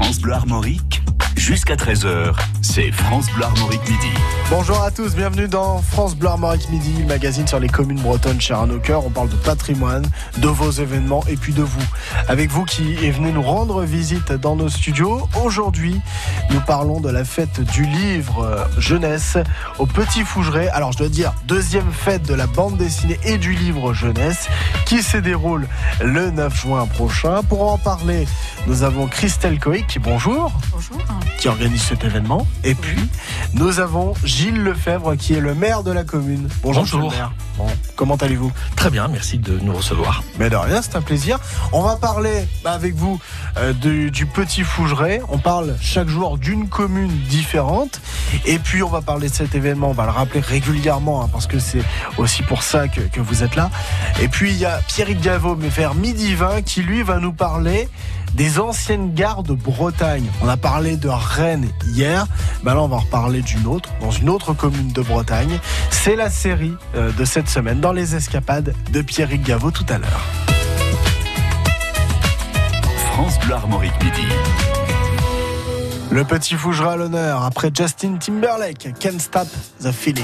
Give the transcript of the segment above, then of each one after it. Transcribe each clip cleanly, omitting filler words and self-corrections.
France Bleu Armorique, jusqu'à 13h, c'est France Bleu Armorique Midi. Bonjour à tous, bienvenue dans France Bleu Armorique Midi, le magazine sur les communes bretonnes chères à nos cœurs. On parle de patrimoine, de vos événements et puis de vous. Avec vous qui venez nous rendre visite dans nos studios. Aujourd'hui, nous parlons de la fête du livre jeunesse au Petit Fougeray. Alors je dois dire, deuxième fête de la bande dessinée et du livre jeunesse qui se déroule le 9 juin prochain. Pour en parler, nous avons Christelle Coïc, bonjour. Bonjour. Qui organise cet événement. Et puis, nous avons Gilles Lefebvre, qui est le maire de la commune. Bonjour. Monsieur le maire. Bon, comment allez-vous ? Très bien, merci de nous recevoir. Mais de rien, c'est un plaisir. On va parler avec vous du Petit Fougeray. On parle chaque jour d'une commune différente. Et puis, on va parler de cet événement. On va le rappeler régulièrement, parce que c'est aussi pour ça que vous êtes là. Et puis, il y a Pierrick Gaveau, mais vers midi 20, qui lui va nous parler des anciennes gares de Bretagne. On a parlé de Rennes hier, là on va en reparler d'une autre, dans une autre commune de Bretagne. C'est la série de cette semaine dans les escapades de Pierrick Gaveau tout à l'heure. France Bleu Armorique Midi. Le Petit Fougeray à l'honneur après Justin Timberlake, Can't Stop the Feeling.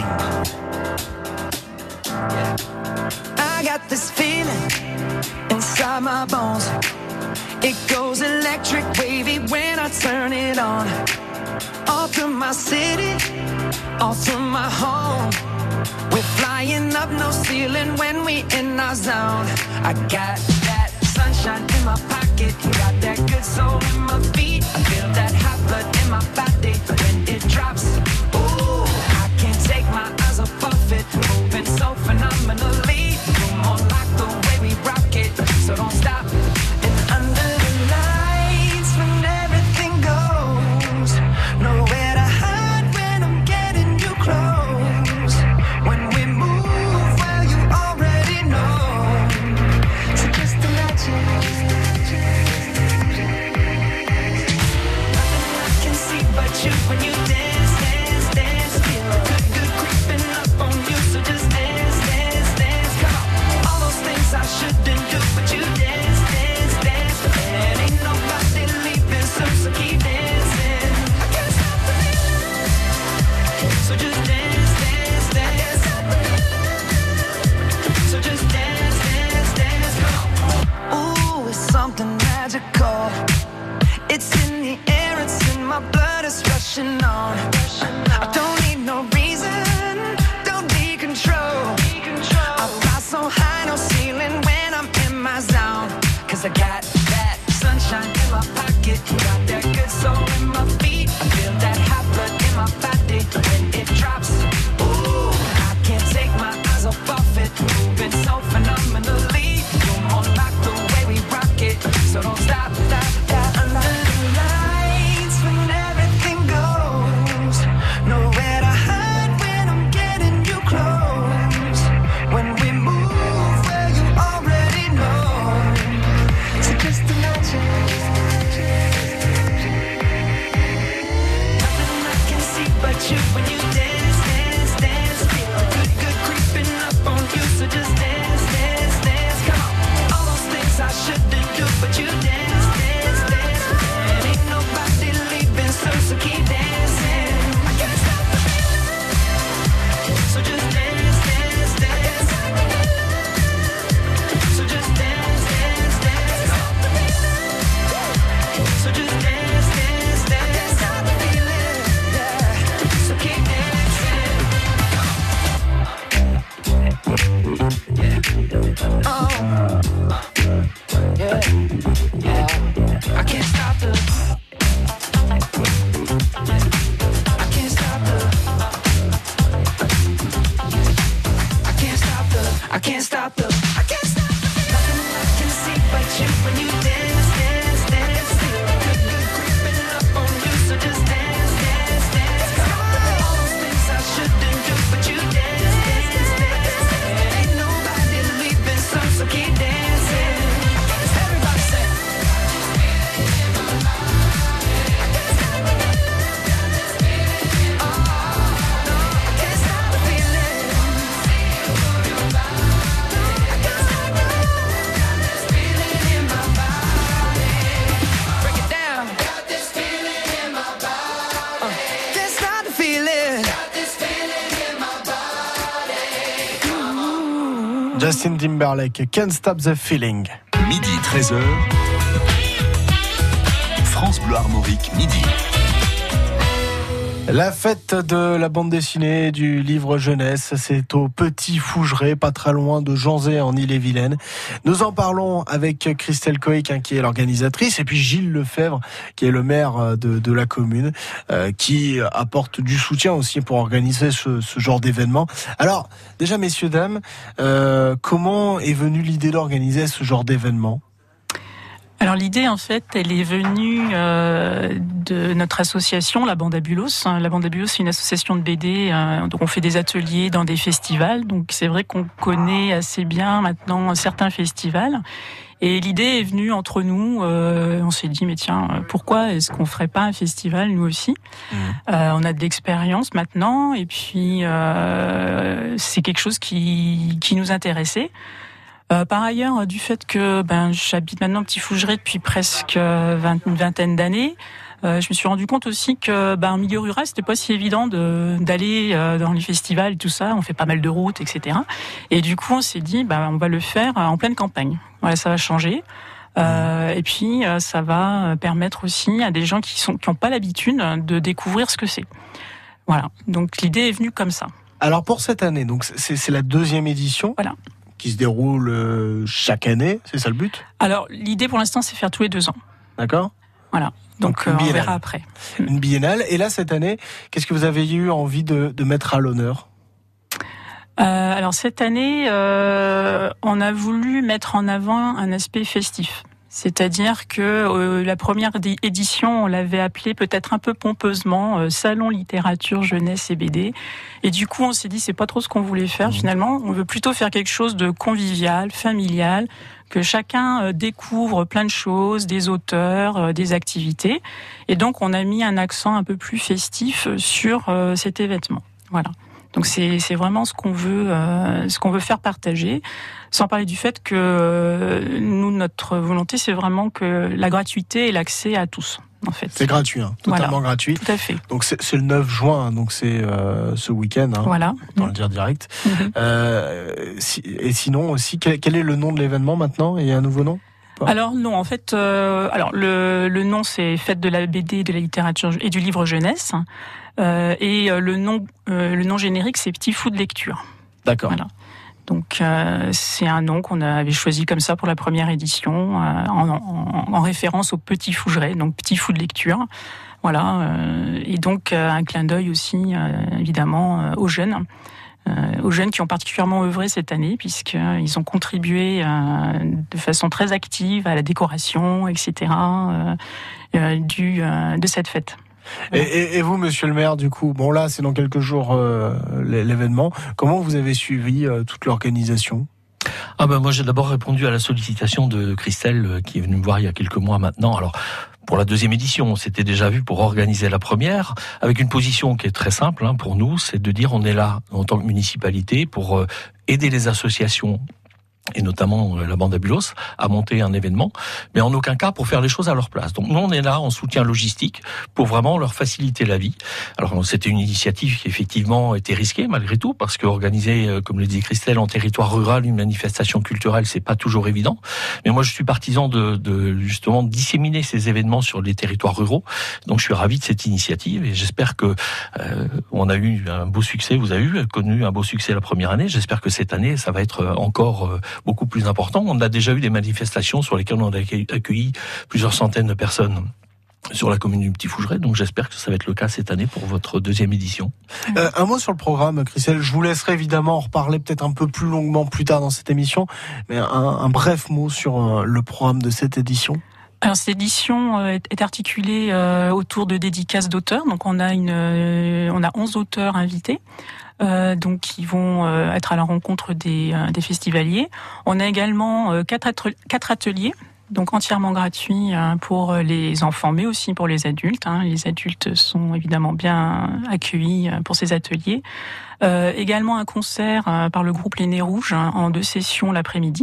I got this feeling inside my bones. It goes electric wavy when I turn it on. All through my city, all through my home. We're flying up, no ceiling when we in our zone. I got that sunshine in my pocket, got that good soul in my feet. I feel that hot blood in my body when it drops. Ooh, I can't take my eyes off it, moving so phenomenally. You're more like the way we rock it, so don't stop. When you dance, dance, dance, feel good creeping up on you. So just dance, dance, dance. Come on, all those things I shouldn't do, but you dance, dance, dance. And ain't nobody leaving soon, so keep dancing. I can't stop the feeling. So just dance, dance, dance. So just dance, dance, dance. Come on. Ooh, it's something magical. It's in the air, it's in my blood, it's rushing on. I don't need no reason, don't need control. I fly so high, no ceiling when I'm in my zone. Cause I got that sunshine in my pocket, got that good soul in my feet. I feel that hot blood in my body when it drops. Ooh, I can't take my eyes off it, moving so phenomenally. You're more like the way we rock it, so don't stop, stop, stop. Under the lights when everything goes, nowhere to hide when I'm getting you close. When we move, well you already know. So just imagine nothing I can see but you when you dance, dance, dance. Feel good, good creeping up on you. So just dance, dance, dance. Come on, all those things I shouldn't do, but you dance, dance, dance. And ain't nobody leaving soon, so keep dancing. I can't stop the feeling. So just dance, dance, dance. So just dance, dance, dance. So just dance, dance, dance. Stop the feeling, yeah. So keep dancing. Oh, yeah, yeah. I can't stop the. I can't stop the. I can't stop the. I can't stop the. I can't stop the. Nothing I can see but you when you dance, dance, dance. Feel good, good creeping up on you. So just dance, dance, dance. All those things I shouldn't do, but you dance, dance, dance. And ain't nobody leaving soon, so keep dancing. Everybody say. Justin Timberlake, Can't Stop the Feeling. Midi 13h. France Bleu Armorique, midi. La fête de la bande dessinée, du livre jeunesse, c'est au Petit Fougeray, pas très loin de Janzé en Ille-et-Vilaine. Nous en parlons avec Christelle Cohic, qui est l'organisatrice, et puis Gilles Lefebvre, qui est le maire de la commune, qui apporte du soutien aussi pour organiser ce genre d'événement. Alors, déjà, messieurs, dames, comment est venue l'idée d'organiser ce genre d'événement ? Alors l'idée, en fait, elle est venue de notre association, la Bande à Bulos. La Bande à Bulos, c'est une association de BD. Donc on fait des ateliers dans des festivals. Donc c'est vrai qu'on connaît assez bien maintenant certains festivals. Et l'idée est venue entre nous. On s'est dit, mais tiens, pourquoi est-ce qu'on ferait pas un festival nous aussi ? On a de l'expérience maintenant, et puis c'est quelque chose qui nous intéressait. Par ailleurs, du fait que j'habite maintenant Petit Fougeray depuis presque une vingtaine d'années, je me suis rendu compte aussi que en milieu rural, c'était pas si évident d'aller dans les festivals et tout ça. On fait pas mal de routes, etc. Et du coup, on s'est dit, on va le faire en pleine campagne. Voilà, ça va changer. Et puis, ça va permettre aussi à des gens qui ont pas l'habitude de découvrir ce que c'est. Voilà. Donc, l'idée est venue comme ça. Alors, pour cette année, donc c'est la 2e édition. Voilà. Qui se déroule chaque année, c'est ça le but ? Alors, l'idée pour l'instant, c'est faire tous les 2 ans. D'accord. Voilà. Donc on verra après. Une biennale. Et là, cette année, qu'est-ce que vous avez eu envie de mettre à l'honneur ? Alors, cette année, on a voulu mettre en avant un aspect festif. C'est-à-dire que la première édition, on l'avait appelée peut-être un peu pompeusement Salon littérature, jeunesse et BD. Et du coup, on s'est dit, c'est pas trop ce qu'on voulait faire finalement. On veut plutôt faire quelque chose de convivial, familial, que chacun découvre plein de choses, des auteurs, des activités. Et donc, on a mis un accent un peu plus festif sur cet événement. Voilà. Donc c'est vraiment ce qu'on veut faire partager, sans parler du fait que nous, notre volonté, c'est vraiment que la gratuité et l'accès à tous, en fait. C'est gratuit, totalement gratuit. Tout à fait. Donc c'est le 9 juin, donc c'est ce week-end. Voilà. Autant le dire direct. Et sinon aussi, quel est le nom de l'événement maintenant ? Il y a un nouveau nom ? Alors non, en fait, le nom c'est Fête de la BD, de la littérature et du livre jeunesse. Et le nom générique, c'est Petit Fou de lecture. D'accord. Voilà. Donc c'est un nom qu'on avait choisi comme ça pour la première édition, en référence au Petit Fougeray, donc Petit Fou de lecture. Voilà. Et donc un clin d'œil aussi, évidemment, aux jeunes qui ont particulièrement œuvré cette année, puisqu'ils ont contribué de façon très active à la décoration, etc. De cette fête. Et vous, monsieur le maire, du coup, bon là, c'est dans quelques jours l'événement. Comment vous avez suivi toute l'organisation ? Moi, j'ai d'abord répondu à la sollicitation de Christelle, qui est venue me voir il y a quelques mois maintenant. Alors, pour la 2e édition, on s'était déjà vu pour organiser la première, avec une position qui est très simple pour nous, c'est de dire on est là en tant que municipalité pour aider les associations, et notamment la Bande à Bulos, à monter un événement, mais en aucun cas pour faire les choses à leur place. Donc nous, on est là en soutien logistique pour vraiment leur faciliter la vie. Alors c'était une initiative qui effectivement était risquée malgré tout, parce qu'organiser, comme le dit Christelle, en territoire rural, une manifestation culturelle, c'est pas toujours évident. Mais moi, je suis partisan de justement disséminer ces événements sur les territoires ruraux. Donc je suis ravi de cette initiative et j'espère que on a eu un beau succès. Vous avez connu un beau succès la première année. J'espère que cette année, ça va être encore beaucoup plus important. On a déjà eu des manifestations sur lesquelles on a accueilli plusieurs centaines de personnes sur la commune du Petit Fougeray, donc j'espère que ça va être le cas cette année pour votre 2e édition. Un mot sur le programme, Christelle. Je vous laisserai évidemment en reparler peut-être un peu plus longuement plus tard dans cette émission, mais un bref mot sur le programme de cette édition. Alors cette édition est articulée autour de dédicaces d'auteurs. Donc on a 11 auteurs invités. Donc qui vont être à la rencontre des festivaliers. On a également 4 ateliers, donc entièrement gratuits pour les enfants, mais aussi pour les adultes. Les adultes sont évidemment bien accueillis pour ces ateliers. Également un concert par le groupe Les Nez Rouges en 2 sessions l'après-midi.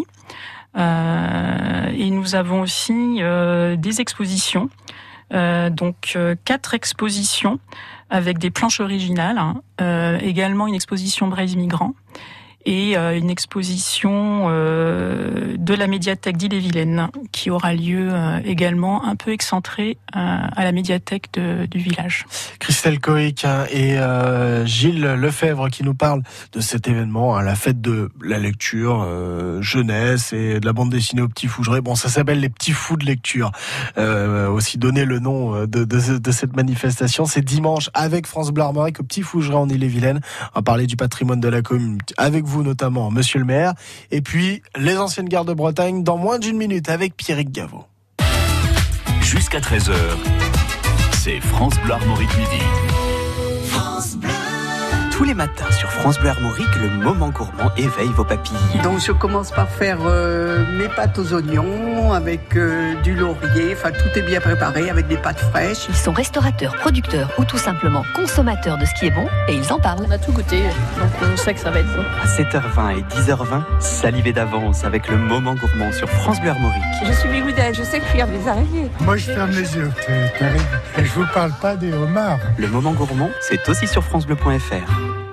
Et nous avons aussi des expositions. Donc 4 expositions avec des planches originales, également une exposition Braise Migrant et une exposition de la médiathèque d'Ille-et-Vilaine qui aura lieu également un peu excentrée à la médiathèque du village. Christelle Coïc et Gilles Lefebvre qui nous parlent de cet événement, la fête de la lecture jeunesse et de la bande dessinée aux petits fougerets. Bon, ça s'appelle les petits fous de lecture. Aussi donner le nom de cette manifestation. C'est dimanche avec France Bleu Armorique au Petit Fougerets en Ille-et-Vilaine. On va parler du patrimoine de la commune avec vous notamment, monsieur le maire. Et puis, les anciennes gares de Bretagne dans moins d'une minute avec Pierrick Gaveau. Jusqu'à 13h, c'est France Bleu Armorique midi. France Bleu. Tous les matins sur France Bleu Armorique, le moment gourmand éveille vos papilles. Donc je commence par faire mes pâtes aux oignons avec du laurier, enfin tout est bien préparé avec des pâtes fraîches. Ils sont restaurateurs, producteurs ou tout simplement consommateurs de ce qui est bon et ils en parlent. On a tout goûté, donc on sait que ça va être bon. À 7h20 et 10h20, salivez d'avance avec le moment gourmand sur France Bleu Armorique. Je suis bigoudelle, je sais cuire des araignées. Moi je ferme les yeux, c'est terrible. Et je vous parle pas des homards. Le moment gourmand, c'est aussi sur francebleu.fr.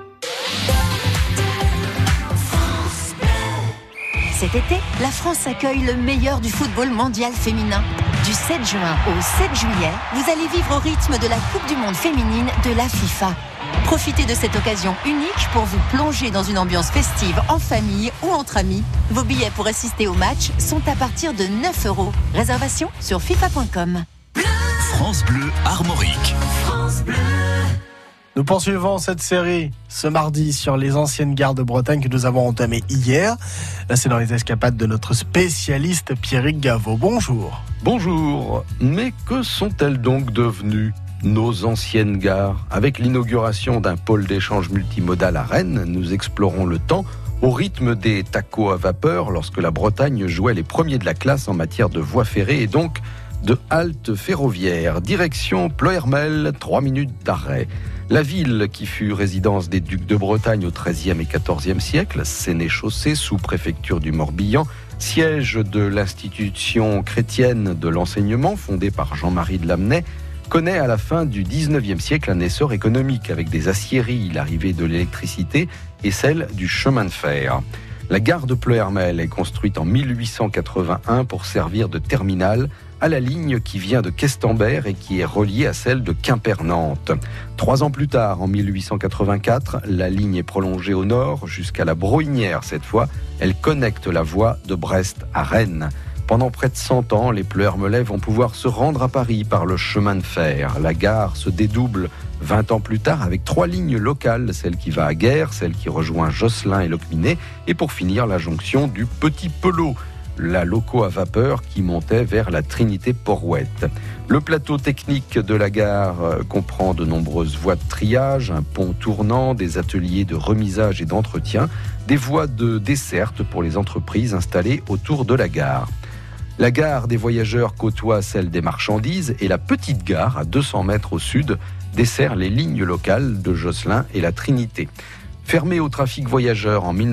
Cet été, la France accueille le meilleur du football mondial féminin. Du 7 juin au 7 juillet, vous allez vivre au rythme de la Coupe du Monde féminine de la FIFA. Profitez de cette occasion unique pour vous plonger dans une ambiance festive en famille ou entre amis. Vos billets pour assister au match sont à partir de 9 €. Réservation sur fifa.com. France Bleu Armorique. France Bleu. Nous poursuivons cette série ce mardi sur les anciennes gares de Bretagne que nous avons entamées hier. Là, c'est dans les escapades de notre spécialiste Pierrick Gaveau. Bonjour. Bonjour. Mais que sont-elles donc devenues, nos anciennes gares ? Avec l'inauguration d'un pôle d'échange multimodal à Rennes, nous explorons le temps au rythme des tacos à vapeur lorsque la Bretagne jouait les premiers de la classe en matière de voies ferrées et donc de halte ferroviaire. Direction Ploërmel, 3 minutes d'arrêt. La ville qui fut résidence des ducs de Bretagne au XIIIe et XIVe siècle, sénéchaussée sous préfecture du Morbihan, siège de l'institution chrétienne de l'enseignement fondée par Jean-Marie de Lamennais, connaît à la fin du XIXe siècle un essor économique avec des aciéries, l'arrivée de l'électricité et celle du chemin de fer. La gare de Ploërmel est construite en 1881 pour servir de terminal à la ligne qui vient de Questembert et qui est reliée à celle de Quimper-Nantes. 3 ans plus tard, en 1884, la ligne est prolongée au nord jusqu'à la Brohinière. Cette fois, elle connecte la voie de Brest à Rennes. Pendant près de 100 ans, les Ploërmelais vont pouvoir se rendre à Paris par le chemin de fer. La gare se dédouble 20 ans plus tard avec 3 lignes locales, celle qui va à Guères, celle qui rejoint Josselin et Locminé, et pour finir la jonction du Petit Pelot, la loco à vapeur qui montait vers la Trinité-Porrouette. Le plateau technique de la gare comprend de nombreuses voies de triage, un pont tournant, des ateliers de remisage et d'entretien, des voies de desserte pour les entreprises installées autour de la gare. La gare des voyageurs côtoie celle des marchandises et la petite gare, à 200 mètres au sud, dessert les lignes locales de Josselin et la Trinité. Fermée au trafic voyageurs en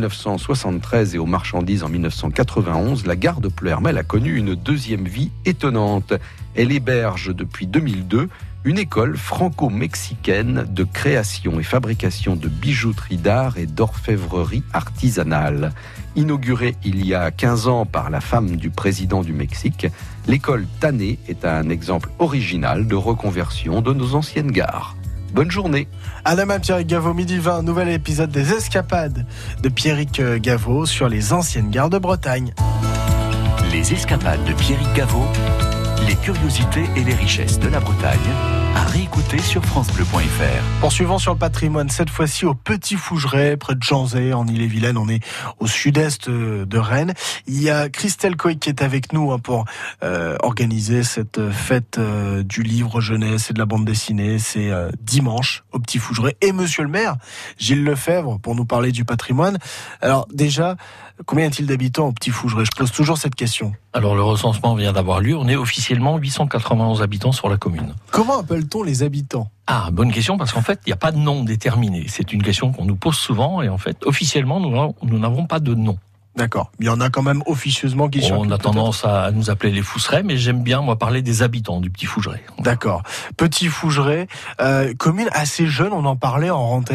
1973 et aux marchandises en 1991, la gare de Ploërmel a connu une deuxième vie étonnante. Elle héberge depuis 2002 une école franco-mexicaine de création et fabrication de bijouterie d'art et d'orfèvrerie artisanale. Inaugurée il y a 15 ans par la femme du président du Mexique, l'école Tané est un exemple original de reconversion de nos anciennes gares. Bonne journée. À demain, Pierrick Gaveau, midi 20, nouvel épisode des escapades de Pierrick Gaveau sur les anciennes gares de Bretagne. Les escapades de Pierrick Gaveau, les curiosités et les richesses de la Bretagne, à réécouter sur francebleu.fr. Poursuivons sur le patrimoine, cette fois-ci au Petit Fougerets, près de Janzé, en Ille-et-Vilaine. On est au sud-est de Rennes. Il y a Christelle Coïc qui est avec nous pour organiser cette fête du livre jeunesse et de la bande dessinée. C'est dimanche au Petit Fougerets. Et monsieur le maire, Gilles Lefebvre, pour nous parler du patrimoine. Alors déjà, combien y a-t-il d'habitants au Petit Fougerets ? Je pose toujours cette question. Alors le recensement vient d'avoir lieu. On est officiellement 891 habitants sur la commune. Comment appelle-t-on les habitants ? Ah, bonne question, parce qu'en fait, il n'y a pas de nom déterminé. C'est une question qu'on nous pose souvent, et en fait, officiellement, nous n'avons pas de nom. D'accord. Il y en a quand même officieusement qui sont... On a tendance à nous appeler les Fousserets, mais j'aime bien, moi, parler des habitants du Petit Fougerets. D'accord. Petit Fougerets, commune assez jeune, on en parlait en antenne.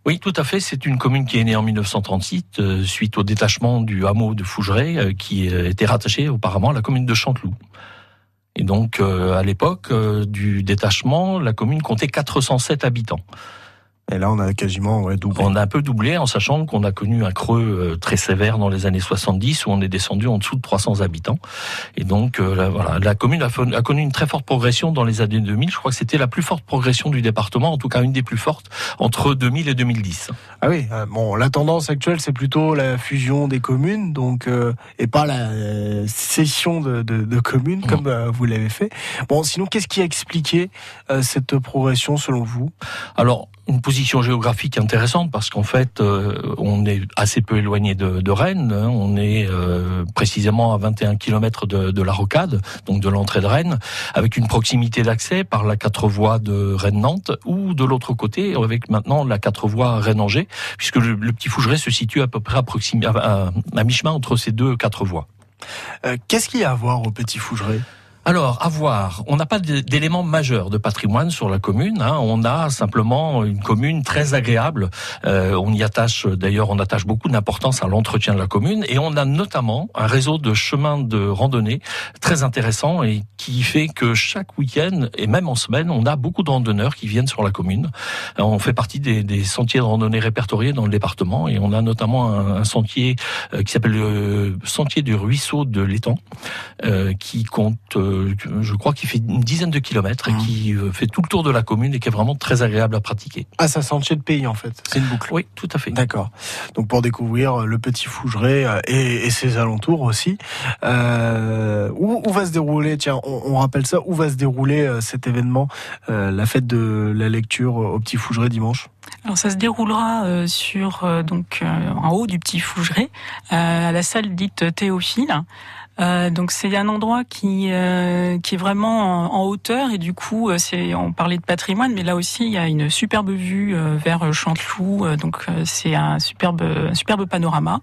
Oui, tout à fait. C'est une commune qui est née en 1938 suite au détachement du hameau de Fougeray qui était rattaché auparavant à la commune de Chanteloup. Et donc, à l'époque du détachement, la commune comptait 407 habitants. Et là, on a quasiment doublé. On a un peu doublé en sachant qu'on a connu un creux très sévère dans les années 70 où on est descendu en dessous de 300 habitants. Et donc, la commune a connu une très forte progression dans les années 2000. Je crois que c'était la plus forte progression du département, en tout cas une des plus fortes, entre 2000 et 2010. Ah oui, la tendance actuelle, c'est plutôt la fusion des communes, donc et pas la cession de communes, comme vous l'avez fait. Bon, sinon, qu'est-ce qui a expliqué cette progression, selon vous ? Alors, une position géographique intéressante parce qu'en fait, on est assez peu éloigné de Rennes. On est précisément à 21 km de la Rocade, donc de l'entrée de Rennes, avec une proximité d'accès par la 4 voies de Rennes-Nantes ou de l'autre côté, avec maintenant la 4 voies Rennes-Angers, puisque le Petit Fougeray se situe à peu près à mi-chemin entre ces 4 voies. Qu'est-ce qu'il y a à voir au Petit Fougeray ? Alors, à voir, on n'a pas d'éléments majeurs de patrimoine sur la commune. On a simplement une commune très agréable. On attache beaucoup d'importance à l'entretien de la commune. Et on a notamment un réseau de chemins de randonnée très intéressant et qui fait que chaque week-end, et même en semaine, on a beaucoup de randonneurs qui viennent sur la commune. On fait partie des sentiers de randonnée répertoriés dans le département. Et on a notamment un sentier qui s'appelle le sentier du ruisseau de l'Étang, qui compte... je crois qu'il fait une dizaine de kilomètres et qui fait tout le tour de la commune et qui est vraiment très agréable à pratiquer. Ah, c'est un sentier de pays en fait, c'est une boucle. Oui, tout à fait. D'accord. Donc pour découvrir le Petit Fougeray et ses alentours aussi, où va se dérouler, tiens, on rappelle ça, où va se dérouler cet événement, la fête de la lecture au Petit Fougeray dimanche ? Alors ça se déroulera en haut du Petit Fougeray, à la salle dite Théophile. Donc c'est un endroit qui est vraiment en hauteur et du coup on parlait de patrimoine, mais là aussi il y a une superbe vue vers Chanteloup, donc c'est un superbe panorama.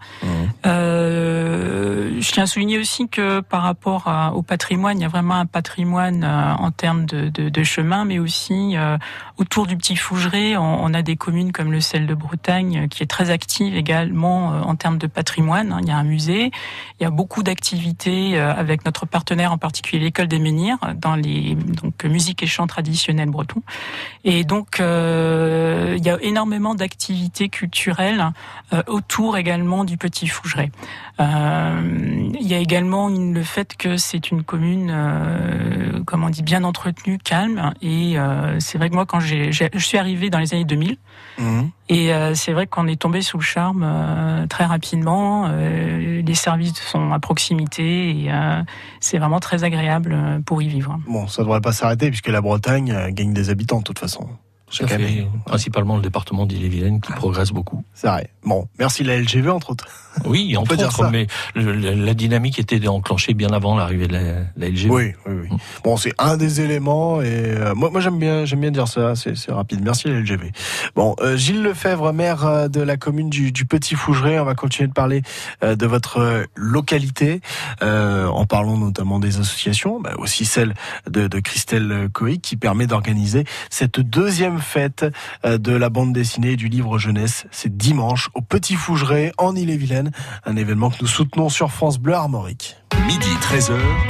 Je tiens à souligner aussi que par rapport au patrimoine, il y a vraiment un patrimoine en termes de chemin, mais aussi autour du Petit Fougeray, on a des communes comme le Sel de Bretagne qui est très active également en termes de patrimoine. Il y a un musée, il y a beaucoup d'activités avec notre partenaire, en particulier l'École des Menhirs, dans les musique et chants traditionnels bretons. Et donc, il y a énormément d'activités culturelles autour également du Petit Fougeray. Il y a également le fait que c'est une commune, bien entretenue, calme. Et c'est vrai que moi, quand je suis arrivée dans les années 2000, et c'est vrai qu'on est tombé sous le charme très rapidement. Les services sont à proximité et c'est vraiment très agréable pour y vivre. Bon, ça ne devrait pas s'arrêter puisque la Bretagne gagne des habitants de toute façon. Chaque année, principalement le département d'Ille-et-Vilaine qui progresse beaucoup. C'est vrai. Bon, merci la LGV entre autres. Oui, entre autres, mais la dynamique était enclenchée bien avant l'arrivée de la LGV. Oui. Bon, c'est un des éléments et moi j'aime bien dire ça, c'est rapide. Merci la LGV. Bon, Gilles Lefebvre, maire de la commune du Petit Fougeray, on va continuer de parler de votre localité en parlant notamment des associations, aussi celle de Christelle Coïc qui permet d'organiser cette deuxième fête de la bande dessinée et du livre jeunesse. C'est dimanche au Petit Fougeray en Ille-et-Vilaine, un événement que nous soutenons sur France Bleu Armorique. Midi 13h,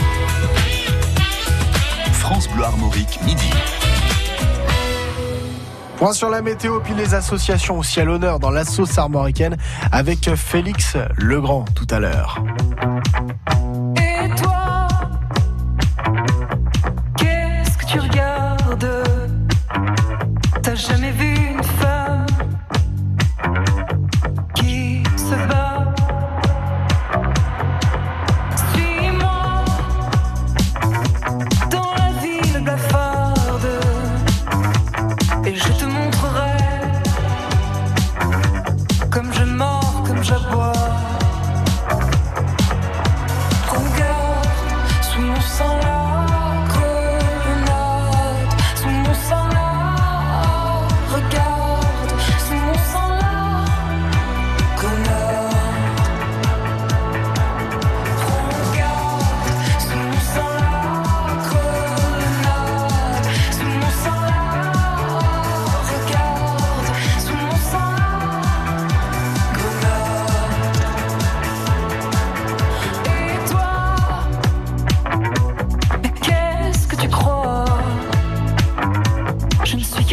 France Bleu Armorique, midi. Point sur la météo, puis les associations aussi à l'honneur dans la sauce armoricaine avec Félix Legrand tout à l'heure. Et toi, qu'est-ce que tu regardes ? T'as jamais vu une femme qui se bat ? Suis-moi dans la ville blafarde et je te montrerai comme je mords, comme j'aboie.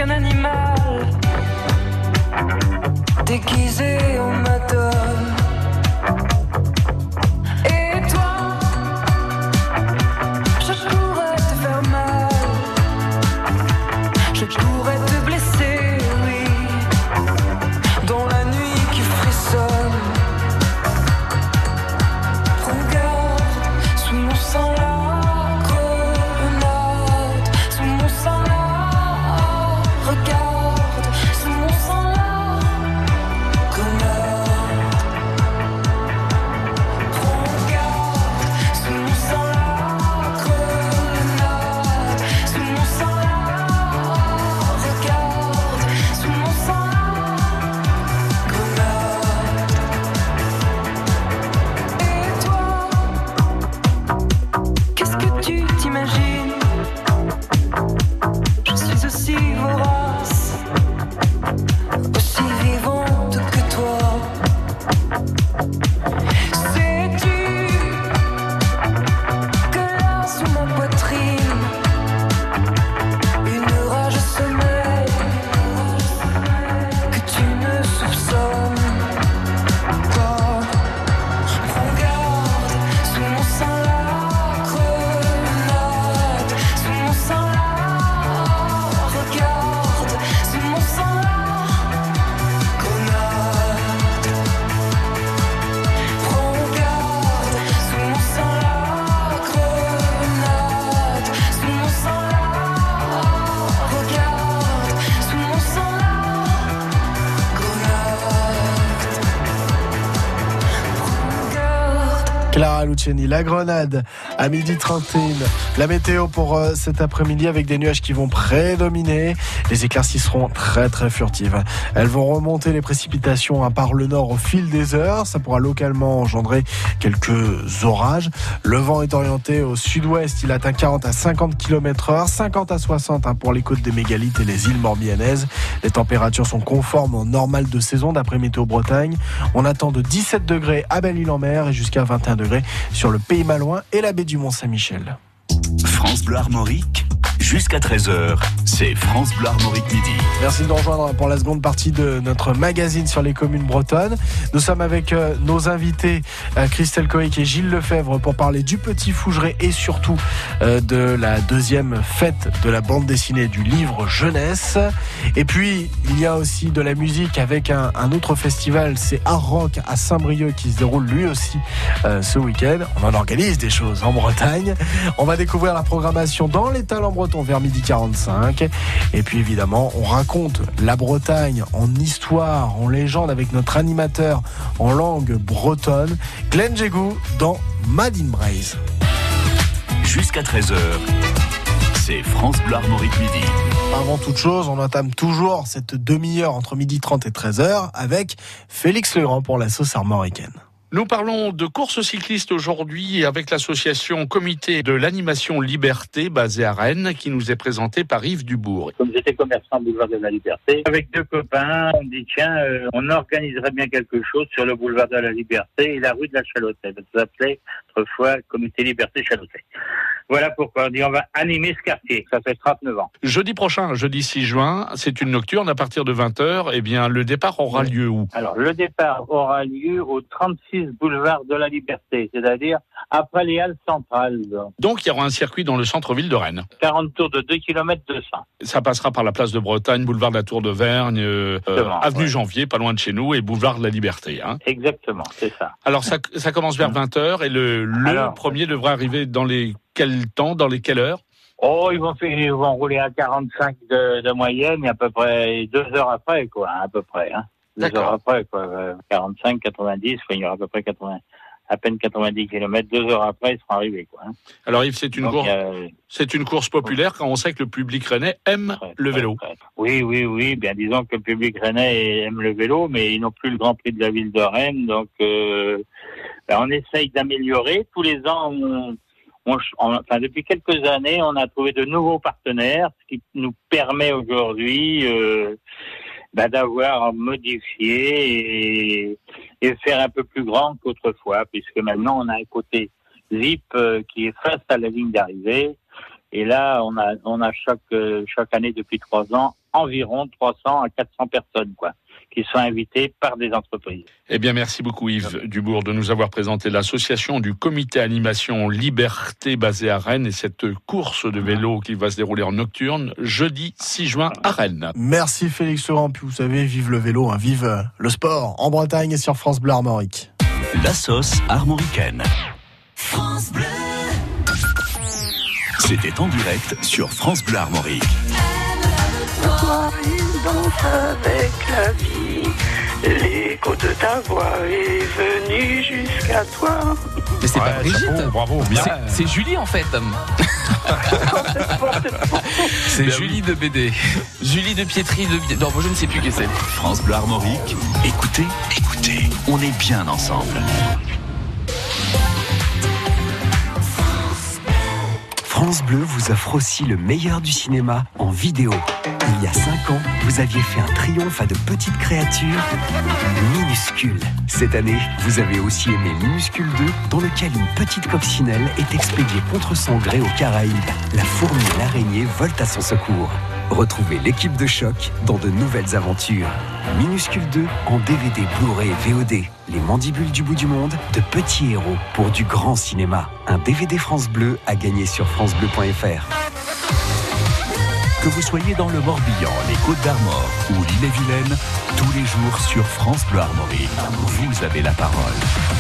qu'un animal déguisé en madone. Et toi, je pourrais te faire mal, je pourrais te blesser, oui, dans la nuit qui frissonne. Regarde, sous mon sang la grenade, sous mon sang la, regarde, sous mon sang la grenade. Regarde, sous mon sang la grenade, sous mon sang la, regarde, sous mon sang la grenade. Et toi, qu'est-ce que tu t'imagines? Je suis aussi vorace, aussi vivante que toi. Sais-tu que là sous ma poitrine, une rage sommeille que tu ne soupçonnes pas? Regarde, sous mon sang la grenade, sous mon sang la, regarde, sous mon sang la grenade. Regarde, sous mon sang la grenade, sous mon sang la, regarde, sous mon sang la grenade. Clara Luciani, la Grenade, à 12h31. La météo pour cet après-midi avec des nuages qui vont prédominer. Les éclaircies seront très très furtives. Elles vont remonter les précipitations par le nord au fil des heures. Ça pourra localement engendrer quelques orages. Le vent est orienté au sud-ouest. Il atteint 40 à 50 km/h, 50 à 60 pour les côtes des mégalithes et les îles morbihanaises. Les températures sont conformes au normal de saison d'après Météo Bretagne. On attend de 17 degrés à Belle-Île-en-Mer et jusqu'à 21 degrés sur le Pays Malouin et la baie du Mont-Saint-Michel. France Bleu Armorique, jusqu'à 13h, c'est France Bleu Armorique midi. Merci de nous rejoindre pour la seconde partie de notre magazine sur les communes bretonnes. Nous sommes avec nos invités Christelle Cohic et Gilles Lefebvre pour parler du Petit Fougeray et surtout de la deuxième fête de la bande dessinée du livre jeunesse. Et puis il y a aussi de la musique avec un autre festival, c'est Art Rock à Saint-Brieuc qui se déroule lui aussi ce week-end. On en organise des choses en Bretagne. On va découvrir la programmation dans les talents bretons vers 12h45. Et puis évidemment, on raconte la Bretagne en histoire, en légende avec notre animateur en langue bretonne, Glenn Jégou, dans Mad in Braise. Jusqu'à 13h, c'est France Bleu Armorique midi. Avant toute chose, on entame toujours cette demi-heure entre 12h30 et 13h avec Félix Legrand pour la sauce armoricaine. Nous parlons de course cycliste aujourd'hui avec l'association Comité de l'Animation Liberté basée à Rennes qui nous est présentée par Yves Dubourg. Comme j'étais commerçant boulevard de la Liberté, avec deux copains, on dit tiens, on organiserait bien quelque chose sur le boulevard de la Liberté et la rue de la Chalotais. Ça s'appelait autrefois Comité Liberté Chalotais. Voilà pourquoi on dit on va animer ce quartier. Ça fait 39 ans. Jeudi prochain, jeudi 6 juin, c'est une nocturne à partir de 20h. Eh bien, le départ aura lieu où ? Alors, le départ aura lieu au 36 boulevard de la Liberté, c'est-à-dire après les halles centrales. Donc, il y aura un circuit dans le centre-ville de Rennes. 40 tours de 2 km 200. Ça passera par la place de Bretagne, boulevard de la Tour de Vergne, avenue Janvier, pas loin de chez nous, et boulevard de la Liberté. Hein. Exactement, c'est ça. Alors, ça commence vers 20h et le premier devrait arriver dans les quel temps, dans les quelles heures ? Oh, ils vont rouler à 45 de moyenne et à peu près 2 heures après, quoi, à peu près. Hein. 2 heures après, quoi. 45, 90, il y aura à peu près à peine 90 km. 2 heures après, ils seront arrivés, quoi. Hein. Alors Yves, c'est une course populaire quand on sait que le public rennais aime le vélo. Oui. Bien, disons que le public rennais aime le vélo, mais ils n'ont plus le Grand Prix de la ville de Rennes, donc on essaye d'améliorer. Tous les ans, depuis quelques années, on a trouvé de nouveaux partenaires, ce qui nous permet aujourd'hui d'avoir modifié et faire un peu plus grand qu'autrefois, puisque maintenant on a un côté zip qui est face à la ligne d'arrivée, et là on a chaque année depuis 3 ans environ 300 à 400 personnes, qui sont invitées par des entreprises. Eh bien, merci beaucoup Yves Dubourg de nous avoir présenté l'association du comité animation Liberté basée à Rennes et cette course de vélo qui va se dérouler en nocturne jeudi 6 juin à Rennes. Merci Félix Laurent, puis vous savez, vive le vélo, vive le sport en Bretagne et sur France Bleu Armorique. La sauce armoricaine. France Bleu. C'était en direct sur France Bleu Armorique. Toi, il danse avec la vie. L'écho de ta voix est venu jusqu'à toi. Mais c'est pas Brigitte. Chapeau, bravo, bien. C'est Julie en fait. C'est Julie de BD. Julie de Pietri de... Non, moi je ne sais plus qui c'est. France Bleu Armorique. Écoutez, on est bien ensemble. France Bleu vous offre aussi le meilleur du cinéma en vidéo. Il y a 5 ans, vous aviez fait un triomphe à de petites créatures minuscules. Cette année, vous avez aussi aimé Minuscule 2, dans lequel une petite coccinelle est expédiée contre son gré aux Caraïbes. La fourmi et l'araignée volent à son secours. Retrouvez l'équipe de choc dans de nouvelles aventures. Minuscule 2 en DVD, Blu-ray et VOD. Les mandibules du bout du monde, de petits héros pour du grand cinéma. Un DVD France Bleu à gagner sur francebleu.fr. Que vous soyez dans le Morbihan, les Côtes d'Armor ou l'Ille-et-Vilaine, tous les jours sur France Bleu Armorique, vous avez la parole.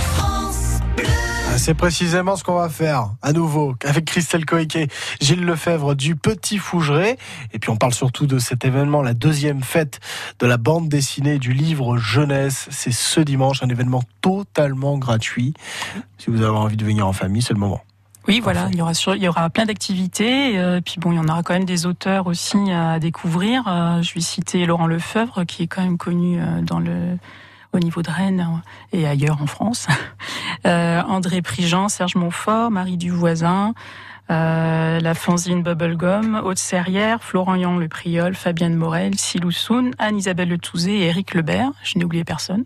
C'est précisément ce qu'on va faire à nouveau avec Christelle Coéquet, Gilles Lefebvre du Petit Fougeray. Et puis on parle surtout de cet événement, la deuxième fête de la bande dessinée du livre jeunesse. C'est ce dimanche, un événement totalement gratuit. Si vous avez envie de venir en famille, c'est le moment. Oui, voilà, il y aura plein d'activités. Puis bon, il y en aura quand même des auteurs aussi à découvrir. Je vais citer Laurent Lefebvre, qui est quand même connu au niveau de Rennes et ailleurs en France. André Prigent, Serge Montfort, Marie Duvoisin, la fanzine Bubblegum, Haute Serrière, Florent Yang Le Priol, Fabienne Morel, Silou Soun, Anne-Isabelle Le Touzé et Éric Lebert. Je n'ai oublié personne.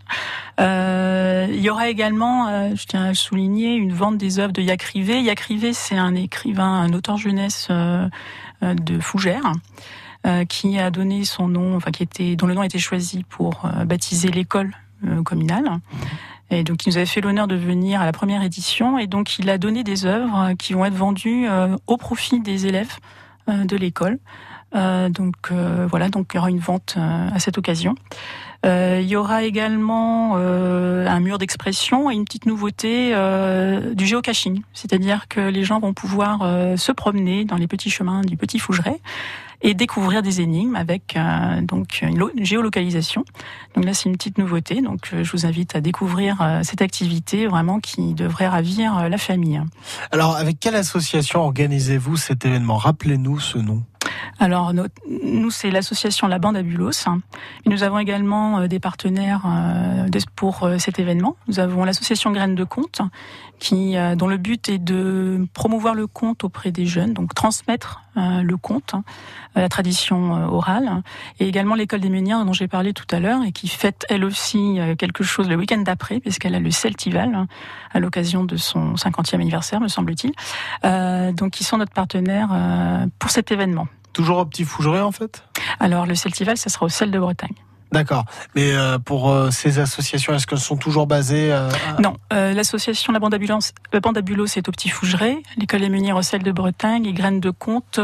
Il y aura également, je tiens à le souligner, une vente des œuvres de Yac Rivet. Yac Rivet, c'est un écrivain, un auteur jeunesse de Fougères. Qui a donné son nom, dont le nom a été choisi pour baptiser l'école communale. Et donc, il nous avait fait l'honneur de venir à la première édition. Et donc, il a donné des œuvres qui vont être vendues au profit des élèves de l'école. Donc, il y aura une vente à cette occasion. Il y aura également un mur d'expression et une petite nouveauté du géocaching. C'est-à-dire que les gens vont pouvoir se promener dans les petits chemins du Petit Fougeray et découvrir des énigmes avec une géolocalisation. Donc là, c'est une petite nouveauté. Donc je vous invite à découvrir cette activité vraiment qui devrait ravir la famille. Alors, avec quelle association organisez-vous cet événement ? Rappelez-nous ce nom. Alors, nous, c'est l'association La Bande à Bulos. Et nous avons également des partenaires pour cet événement. Nous avons l'association Graines de Conte, dont le but est de promouvoir le conte auprès des jeunes, donc transmettre le conte, la tradition orale. Et également l'école des Meunières, dont j'ai parlé tout à l'heure, et qui fête elle aussi quelque chose le week-end d'après, puisqu'elle a le Celtival, à l'occasion de son 50e anniversaire, me semble-t-il. Donc, ils sont notre partenaire pour cet événement. Toujours au Petit Fougeray, en fait ? Alors, le Celtival, ça sera au Cel de Bretagne. D'accord. Mais pour ces associations, est-ce qu'elles sont toujours basées Non. L'association La Bande à Bulos est au Petit Fougeray. L'école des Meunières au Cel de Bretagne. Et Graines de Conte,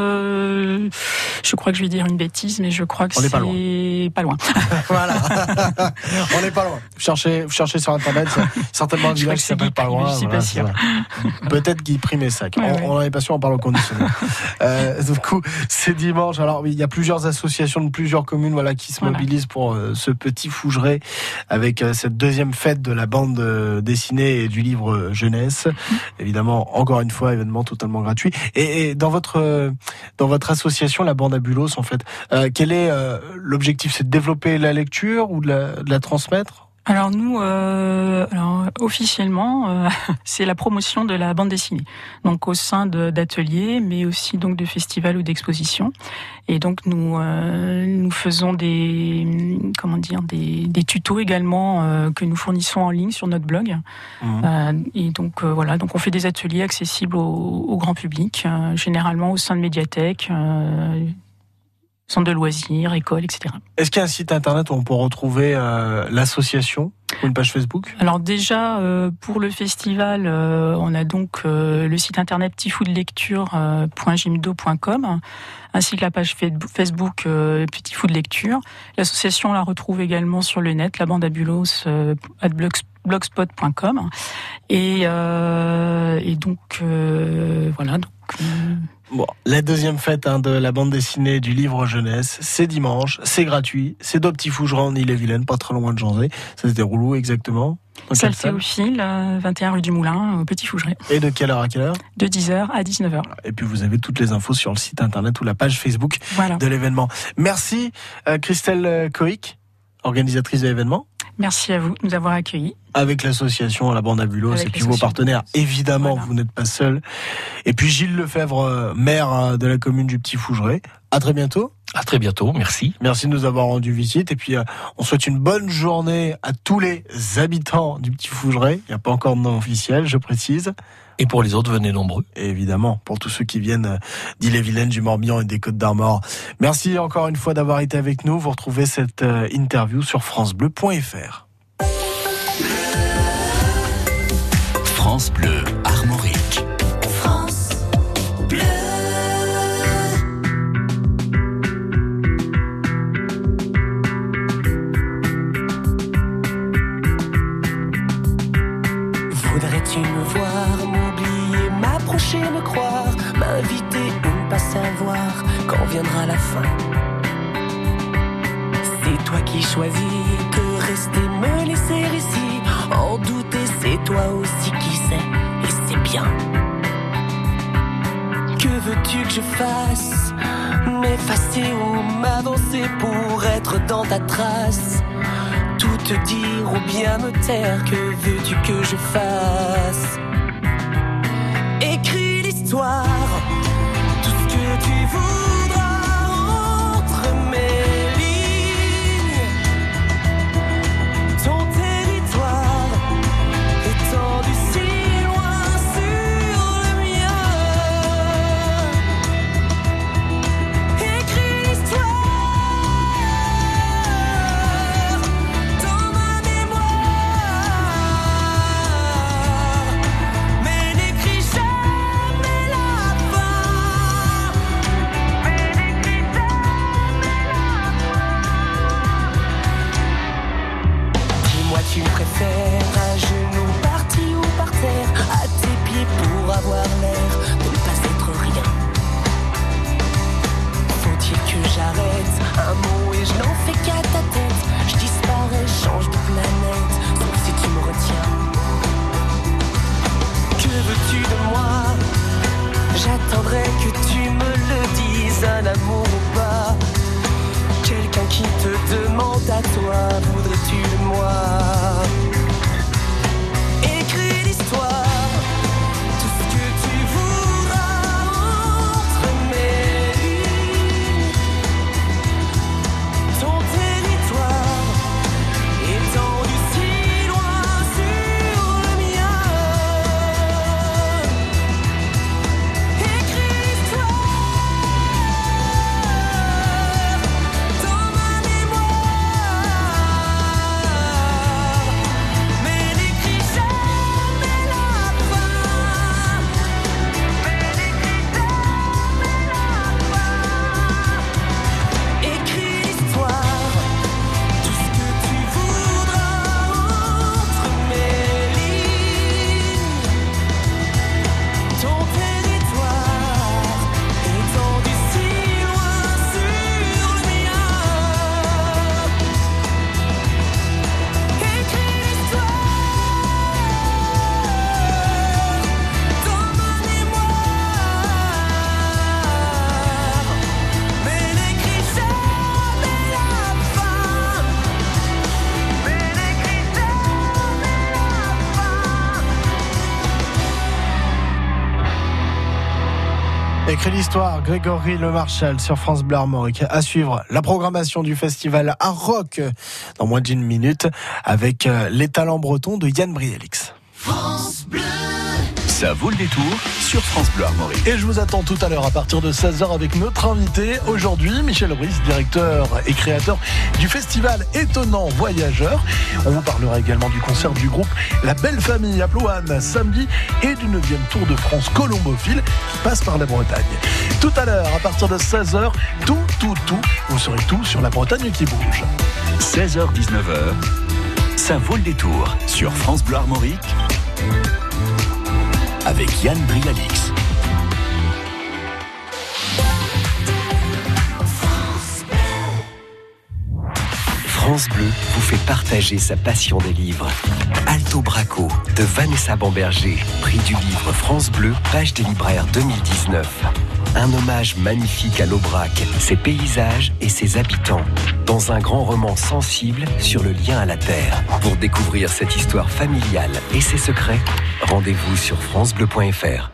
je crois que je vais dire une bêtise, mais je crois que c'est pas loin. Voilà. On n'est pas loin. Vous cherchez sur Internet, il y a certainement un village qui s'appelle pas loin. Je suis pas sûr. Peut-être Guy Primessac. On n'en est pas sûr, on parle au conditionnel. Du coup, c'est dimanche. Alors, il y a plusieurs associations de plusieurs communes qui se mobilisent pour ce Petit Fougeray avec cette deuxième fête de la bande dessinée et du livre jeunesse. Évidemment, encore une fois, événement totalement gratuit. Et dans votre association, la Bande à Bulos, en fait, quel est l'objectif ? C'est de développer la lecture ou de la transmettre ? Alors nous, officiellement, c'est la promotion de la bande dessinée. Donc au sein d'ateliers, mais aussi donc de festivals ou d'expositions. Et donc nous faisons des tutos également que nous fournissons en ligne sur notre blog. Et donc donc on fait des ateliers accessibles au grand public, généralement au sein de médiathèques. centres de loisirs, écoles, etc. Est-ce qu'il y a un site internet où on peut retrouver l'association ou une page Facebook ? Alors déjà, pour le festival, on a donc le site internet petitfoodlecture.jimdo.com, ainsi que la page Facebook Petit Food Lecture. L'association la retrouve également sur le net, labandabulos@blogspot.com. Et donc, voilà. Bon, la deuxième fête de la bande dessinée du livre jeunesse, c'est dimanche, c'est gratuit, c'est au Petit Fougeray en Ille-et-Vilaine, pas très loin de Janzé. Ça se déroule où exactement ? Salle Théophile, 21 rue du Moulin, au Petit Fougeray. Et de quelle heure à quelle heure ? De 10h à 19h. Et puis vous avez toutes les infos sur le site internet ou la page Facebook de l'événement. Merci Christelle Coïc, organisatrice de l'événement. Merci à vous de nous avoir accueillis. Avec l'association La Bande à Bulos et puis vos partenaires, évidemment, vous n'êtes pas seul. Et puis Gilles Lefebvre, maire de la commune du Petit Fougeray. À très bientôt. À très bientôt, merci. Merci de nous avoir rendu visite. Et puis on souhaite une bonne journée à tous les habitants du Petit Fougeray. Il n'y a pas encore de nom officiel, je précise. Et pour les autres, venez nombreux. Et évidemment, pour tous ceux qui viennent d'Ille-et-Vilaine, du Morbihan et des Côtes-d'Armor. Merci encore une fois d'avoir été avec nous. Vous retrouvez cette interview sur francebleu.fr. France Bleu Armorique. France Bleu. Voudrais-tu me voir, m'oublier, m'approcher, me croire, m'inviter ou ne pas savoir quand viendra la fin? C'est toi qui choisis de rester, me laisser ici, en douter, c'est toi aussi qui sais, et c'est bien. Que veux-tu que je fasse? M'effacer ou m'avancer pour être dans ta trace? Tout te dire ou bien me taire, que veux-tu que je fasse? Écris l'histoire, tout ce que tu voudras entre mes lignes. Ton territoire étendu si loin sur le mien. Écris l'histoire dans ma mémoire, mais n'écris jamais la fin. Mais n'écris jamais la fin. Dis-moi, tu préfères à genoux, parti ou par terre, à tes pieds pour avoir l'air de ne pas être rien? Faut-il que j'arrête un mot et je n'en fais qu'à ta tête? Je disparais, change de planète, sauf si tu me retiens. Que veux-tu de moi? J'attendrai que tu me le dises, un amour ou pas. Quelqu'un qui te demande à toi, voudrais-tu de moi? Écris l'histoire, tout ce que tu voudras entre mes lignes. Ton territoire étendu si loin sur le mien. Écris l'histoire dans ma mémoire, mais n'écris jamais la fin. Mais n'écris jamais la fin. Écris l'histoire, tout ce que tu voudras entre mes lignes. Ton territoire étendu si loin sur le mien. Écris l'histoire dans ma mémoire, mais n'écris jamais la fin. Mais n'écris jamais la fin. Écrit l'histoire, Grégory Le Marchal sur France Bleu Armorique. À suivre la programmation du festival Art Rock dans moins d'une minute avec les talents bretons de Yann Brielix. France Bleu. Ça vaut le détour sur France Bleu Armorique. Et je vous attends tout à l'heure à partir de 16h avec notre invité. Aujourd'hui, Michel Brice, directeur et créateur du festival Étonnant Voyageur. On vous parlera également du concert du groupe La Belle Famille à Plouane samedi et du 9e Tour de France Colombophile qui passe par la Bretagne. Tout à l'heure, à partir de 16h, tout, vous saurez tout sur la Bretagne qui bouge. 16h-19h, ça vaut le détour sur France Bleu Armorique avec Yann Brialix. France Bleu vous fait partager sa passion des livres. Alto Braco de Vanessa Bamberger, prix du livre France Bleu, page des libraires 2019. Un hommage magnifique à l'Aubrac, ses paysages et ses habitants, dans un grand roman sensible sur le lien à la terre. Pour découvrir cette histoire familiale et ses secrets, rendez-vous sur francebleu.fr.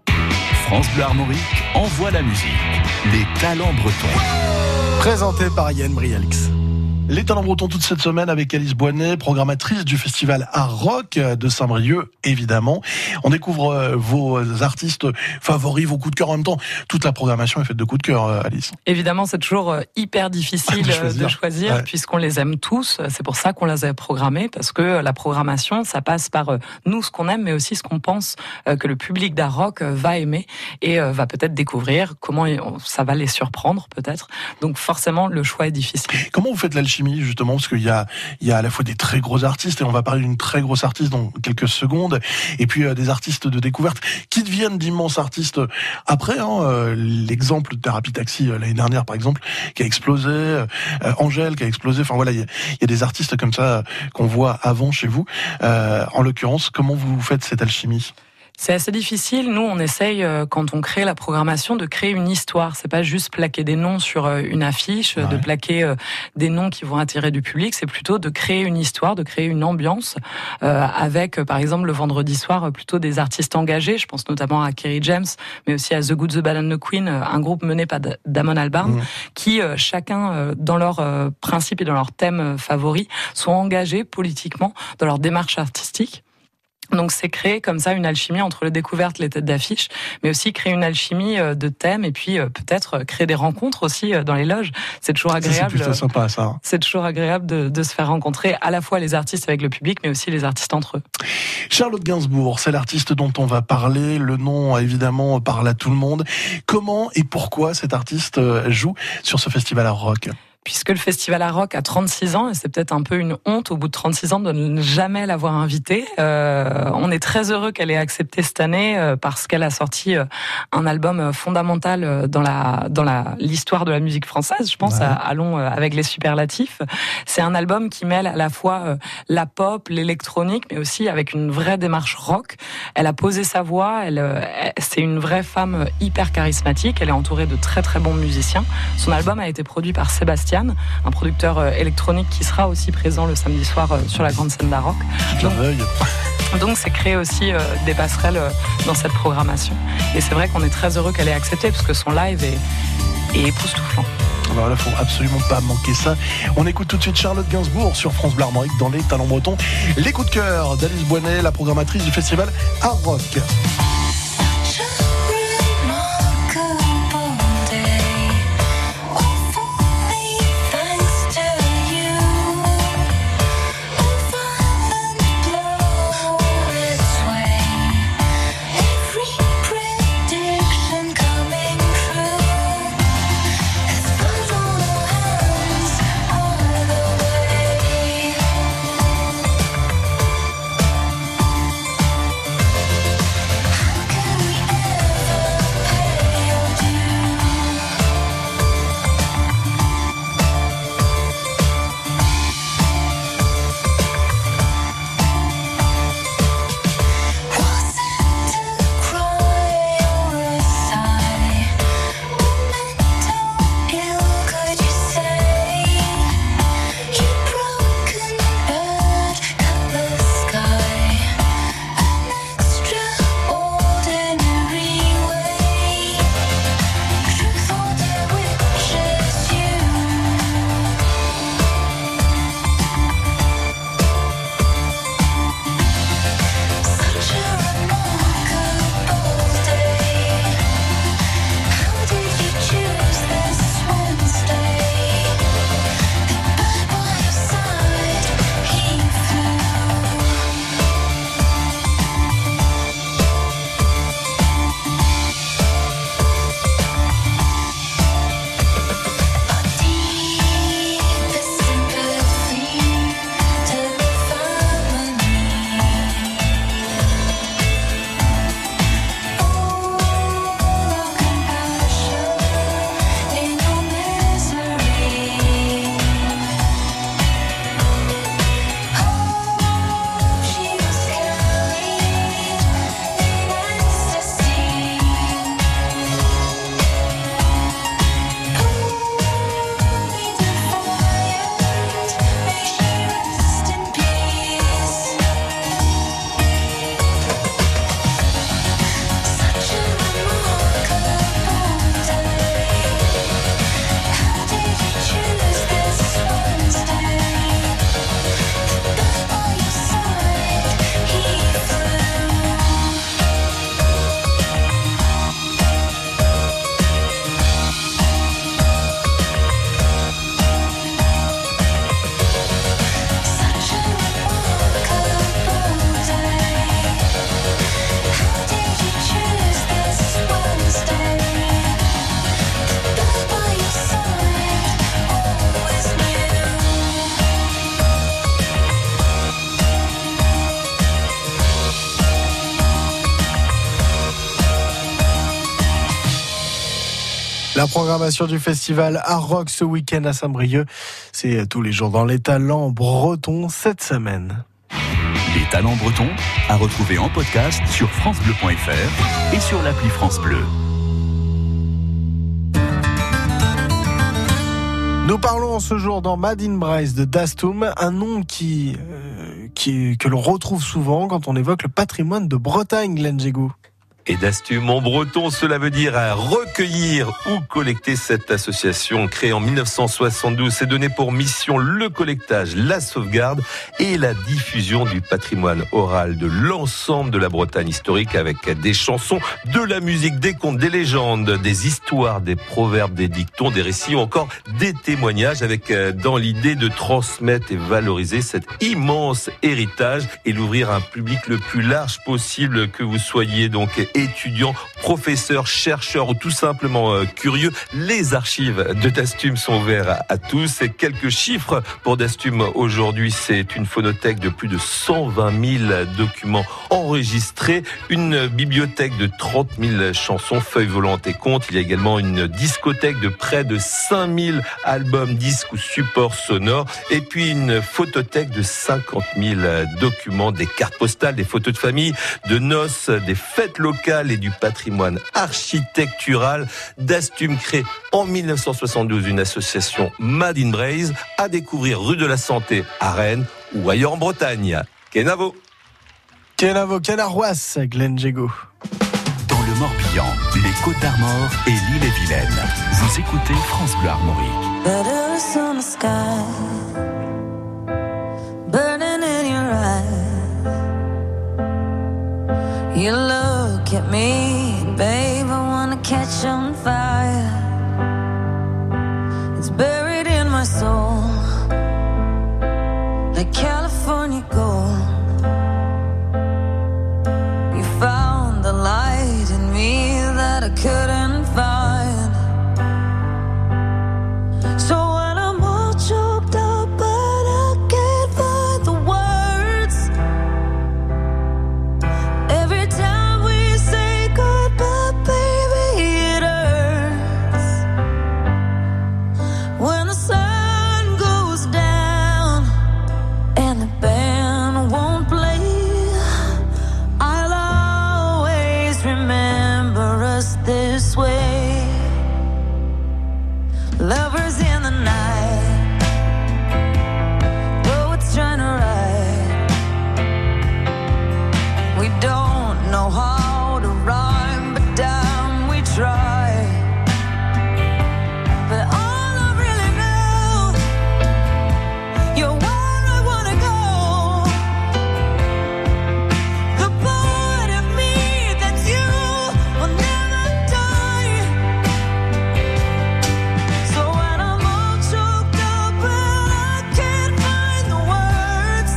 France Bleu Armorique envoie la musique. Les talents bretons. Présenté par Yann Brialix. Les talents bretons toute cette semaine avec Alice Boinet, programmatrice du festival Art Rock de Saint-Brieuc, évidemment. On découvre vos artistes favoris, vos coups de cœur en même temps. Toute la programmation est faite de coups de cœur, Alice. Évidemment, c'est toujours hyper difficile de choisir ouais. Puisqu'on les aime tous. C'est pour ça qu'on les a programmés, parce que la programmation, ça passe par nous, ce qu'on aime, mais aussi ce qu'on pense que le public d'Art Rock va aimer et va peut-être découvrir comment ça va les surprendre, peut-être. Donc forcément, le choix est difficile. Comment vous faites l'alchimie, justement, parce qu'il y a à la fois des très gros artistes, et on va parler d'une très grosse artiste dans quelques secondes, et puis des artistes de découverte qui deviennent d'immenses artistes après. L'exemple de Thérapie Taxi l'année dernière, par exemple, qui a explosé, Angèle qui a explosé. Enfin voilà, il y a des artistes comme ça qu'on voit avant chez vous. En l'occurrence, comment vous faites cette alchimie ? C'est assez difficile. Nous, on essaye, quand on crée la programmation, de créer une histoire. C'est pas juste plaquer des noms sur une affiche, de plaquer des noms qui vont attirer du public. C'est plutôt de créer une histoire, de créer une ambiance, avec, par exemple, le vendredi soir, plutôt des artistes engagés. Je pense notamment à Kerry James, mais aussi à The Good, The Bad and The Queen, un groupe mené par Damon Albarn, qui, chacun, dans leurs principes et dans leurs thèmes favoris, sont engagés politiquement dans leur démarche artistique. Donc c'est créer comme ça une alchimie entre les découvertes, les têtes d'affiche, mais aussi créer une alchimie de thèmes et puis peut-être créer des rencontres aussi dans les loges. C'est toujours agréable. C'est plutôt sympa ça. C'est toujours agréable de se faire rencontrer à la fois les artistes avec le public, mais aussi les artistes entre eux. Charlotte Gainsbourg, c'est l'artiste dont on va parler. Le nom évidemment parle à tout le monde. Comment et pourquoi cet artiste joue sur ce festival Art Rock ? Puisque le Festival Art Rock a 36 ans, et c'est peut-être un peu une honte au bout de 36 ans de ne jamais l'avoir invitée. On est très heureux qu'elle ait accepté cette année parce qu'elle a sorti un album fondamental dans l'histoire de la musique française, je pense, Allons avec les superlatifs. C'est un album qui mêle à la fois la pop, l'électronique, mais aussi avec une vraie démarche rock. Elle a posé sa voix, c'est une vraie femme hyper charismatique, elle est entourée de très très bons musiciens. Son album a été produit par Sébastien, un producteur électronique qui sera aussi présent le samedi soir sur la grande scène d'Art Rock. Donc c'est créer aussi des passerelles dans cette programmation. Et c'est vrai qu'on est très heureux qu'elle ait accepté parce que son live est époustouflant. Alors là, faut absolument pas manquer ça. On écoute tout de suite Charlotte Gainsbourg sur France Bleu Armorique dans les talents bretons. Les coups de cœur d'Alice Boinet, la programmatrice du festival Art Rock. La programmation du festival Art Rock ce week-end à Saint-Brieuc, c'est tous les jours dans les talents bretons cette semaine. Les talents bretons à retrouver en podcast sur francebleu.fr et sur l'appli France Bleu. Nous parlons ce jour dans Made in Braise de Dastum, un nom que l'on retrouve souvent quand on évoque le patrimoine de Bretagne, Glenn Jégou. Et Dastum en breton, cela veut dire recueillir ou collecter. Cette association créée en 1972 s'est donnée pour mission le collectage, la sauvegarde et la diffusion du patrimoine oral de l'ensemble de la Bretagne historique avec des chansons, de la musique, des contes, des légendes, des histoires, des proverbes, des dictons, des récits ou encore des témoignages avec dans l'idée de transmettre et valoriser cet immense héritage et l'ouvrir à un public le plus large possible, que vous soyez donc étudiants, professeurs, chercheurs ou tout simplement curieux. Les archives de Dastum sont ouvertes à tous. Et quelques chiffres pour Dastum aujourd'hui, c'est une phonothèque de plus de 120 000 documents enregistrés, une bibliothèque de 30 000 chansons, feuilles volantes et contes. Il y a également une discothèque de près de 5 000 albums, disques ou supports sonores, et puis une photothèque de 50 000 documents, des cartes postales, des photos de famille, de noces, des fêtes locales et du patrimoine architectural. Dastum crée en 1972 une association Made in Braise, à découvrir rue de la Santé à Rennes ou ailleurs en Bretagne. Kenavo. Kenarois, Glenn Jégou. Dans le Morbihan, les Côtes d'Armor et l'Ille-et-Vilaine. Vous écoutez France Bleu Armorique. You look at me, babe, I wanna catch on fire. It's buried in my soul, like California gold. You found the light in me that I couldn't find. So when I'm all choked up, but I can't find the words. Every time we say goodbye, baby, it hurts. When the sun goes down and the band won't play, I'll always remember us this way. Lovers in the night, poets trying to write. We don't know how to rhyme, but damn, we try. But all I really know, you're where I wanna go. The part of me that's you will never die. So when I'm all choked up and I can't find the words,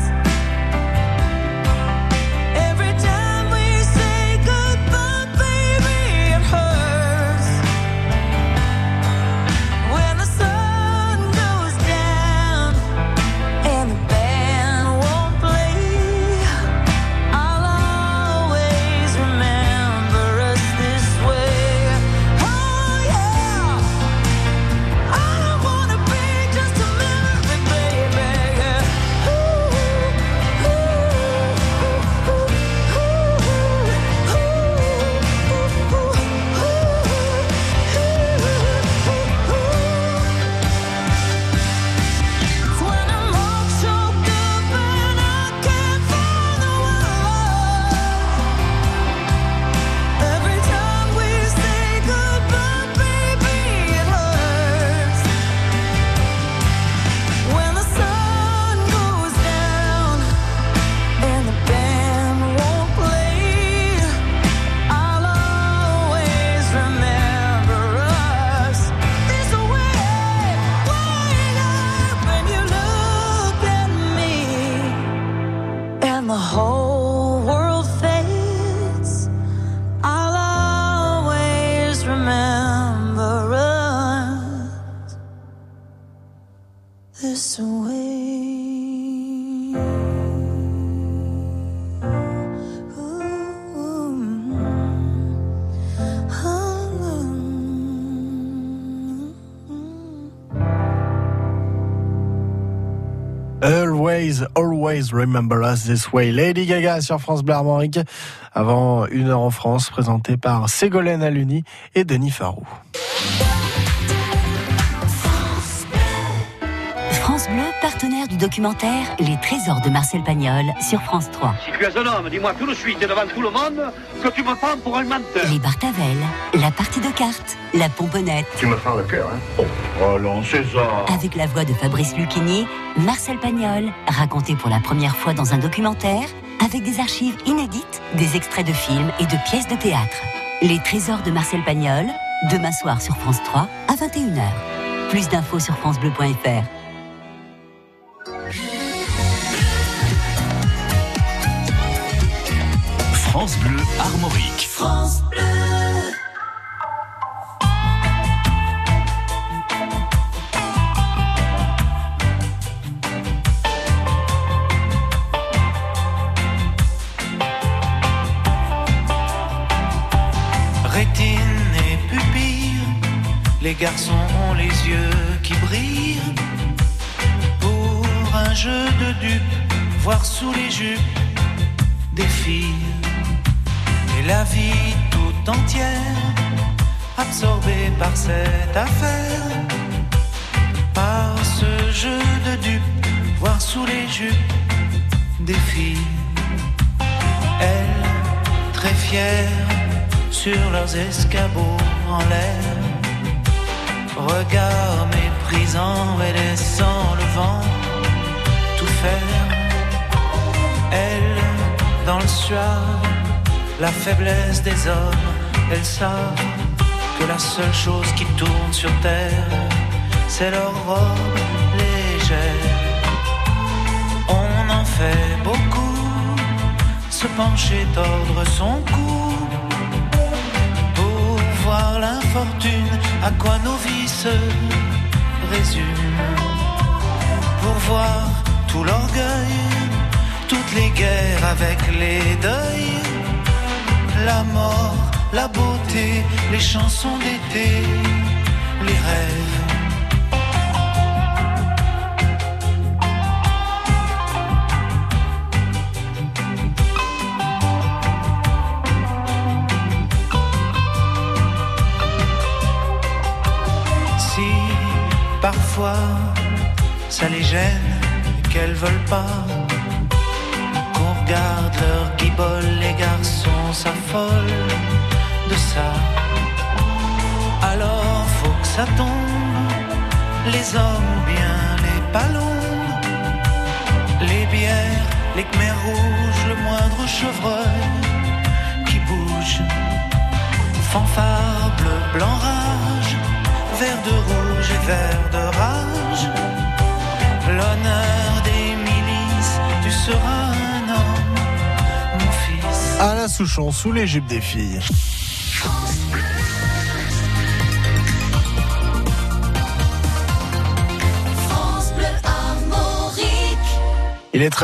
every time we say goodbye, baby, it hurts. When the sun goes down and the band won't play, I'll always remember us this way. Oh yeah, I don't wanna be just a memory, baby. When I'm all choked up and I can't find the words, every time we say goodbye, baby, it hurts. When the sun goes down and the band won't play, I'll always remember us this way. Wake up when you look at me and the whole world fades, I'll always remember us this way. Always remember us this way. Lady Gaga sur France Bleu Armorique. Avant 1 heure en France, présentée par Ségolène Aluni et Denis Farou. France Bleu, partenaire du documentaire Les Trésors de Marcel Pagnol sur France 3. Si tu es un homme, dis-moi tout de suite et devant tout le monde que tu me prends pour un menteur. Les Bartavel, la partie de cartes, la pomponnette. Tu me fends le cœur, hein? Oh non, c'est ça. Avec la voix de Fabrice Lucchini, Marcel Pagnol, raconté pour la première fois dans un documentaire, avec des archives inédites, des extraits de films et de pièces de théâtre. Les Trésors de Marcel Pagnol, demain soir sur France 3 à 21h. Plus d'infos sur francebleu.fr. France Bleu Armorique. France Bleu. Rétine et pupille, les garçons ont les yeux qui brillent. Pour un jeu de dupes, voir sous les jupes des filles. Et la vie tout entière, absorbée par cette affaire, par ce jeu de dupes, voir sous les jupes des filles. Elles, très fières, sur leurs escabeaux en l'air, regard méprisant et laissant le vent tout faire. Elles, dans le soir, la faiblesse des hommes, elles savent que la seule chose qui tourne sur terre, c'est leur robe légère. On en fait beaucoup, se pencher, tordre son cou, pour voir l'infortune, à quoi nos vies se résument, pour voir tout l'orgueil, toutes les guerres avec les deuils, la mort, la beauté, les chansons d'été, les rêves. Si parfois ça les gêne qu'elles veulent pas regarde leur guibole, les garçons s'affolent de ça. Alors faut que ça tombe, les hommes ou bien les palombes, les bières, les khmers rouges, le moindre chevreuil qui bouge. Fanfare, bleu, blanc, rage, vert de rouge et vert de rage. L'honneur des milices, tu seras un homme, mon fils. Alain Souchon, sous les jupes des filles. France Bleu Armorique. Il est très